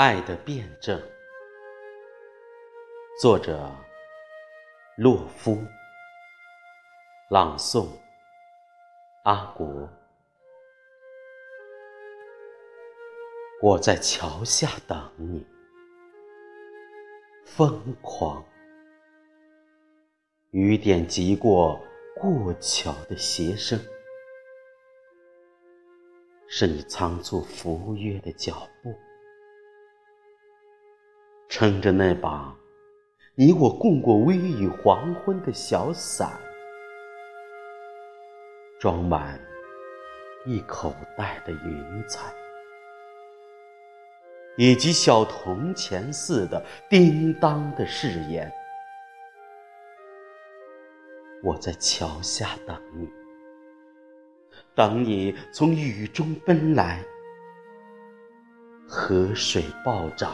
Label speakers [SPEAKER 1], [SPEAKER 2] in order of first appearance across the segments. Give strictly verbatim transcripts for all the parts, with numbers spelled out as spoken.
[SPEAKER 1] 爱的辩证，作者洛夫，朗诵阿国。我在桥下等你，疯狂。雨点击过过桥的鞋声，是你仓促赴约的脚步，撑着那把你我共过微雨黄昏的小伞，装满一口袋的云彩，以及小铜钱似的叮当的誓言。我在桥下等你，等你从雨中奔来，河水暴涨，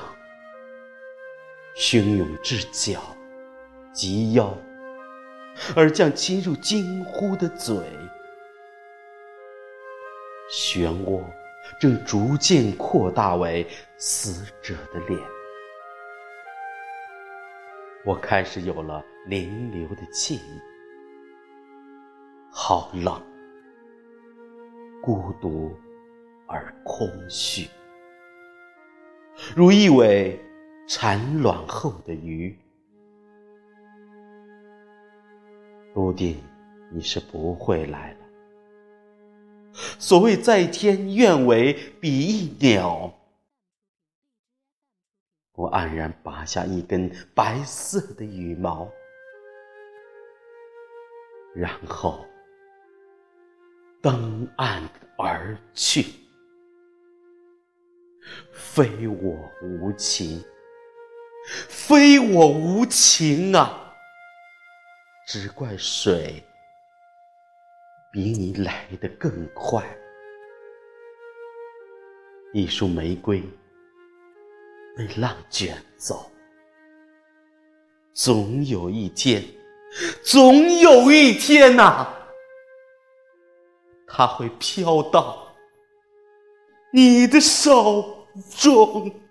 [SPEAKER 1] 汹涌至脚及腰，而将侵入惊呼的嘴。漩涡正逐渐扩大为死者的脸。我开始有了淋流的惬意，好冷，孤独而空虚，如一尾产卵后的鱼。注定你是不会来了。所谓在天愿为比翼鸟，我黯然拔下一根白色的羽毛，然后登岸而去。非我无情，非我无情啊！只怪水比你来得更快。一束玫瑰被浪卷走，总有一天，总有一天呐、啊，它会飘到你的手中。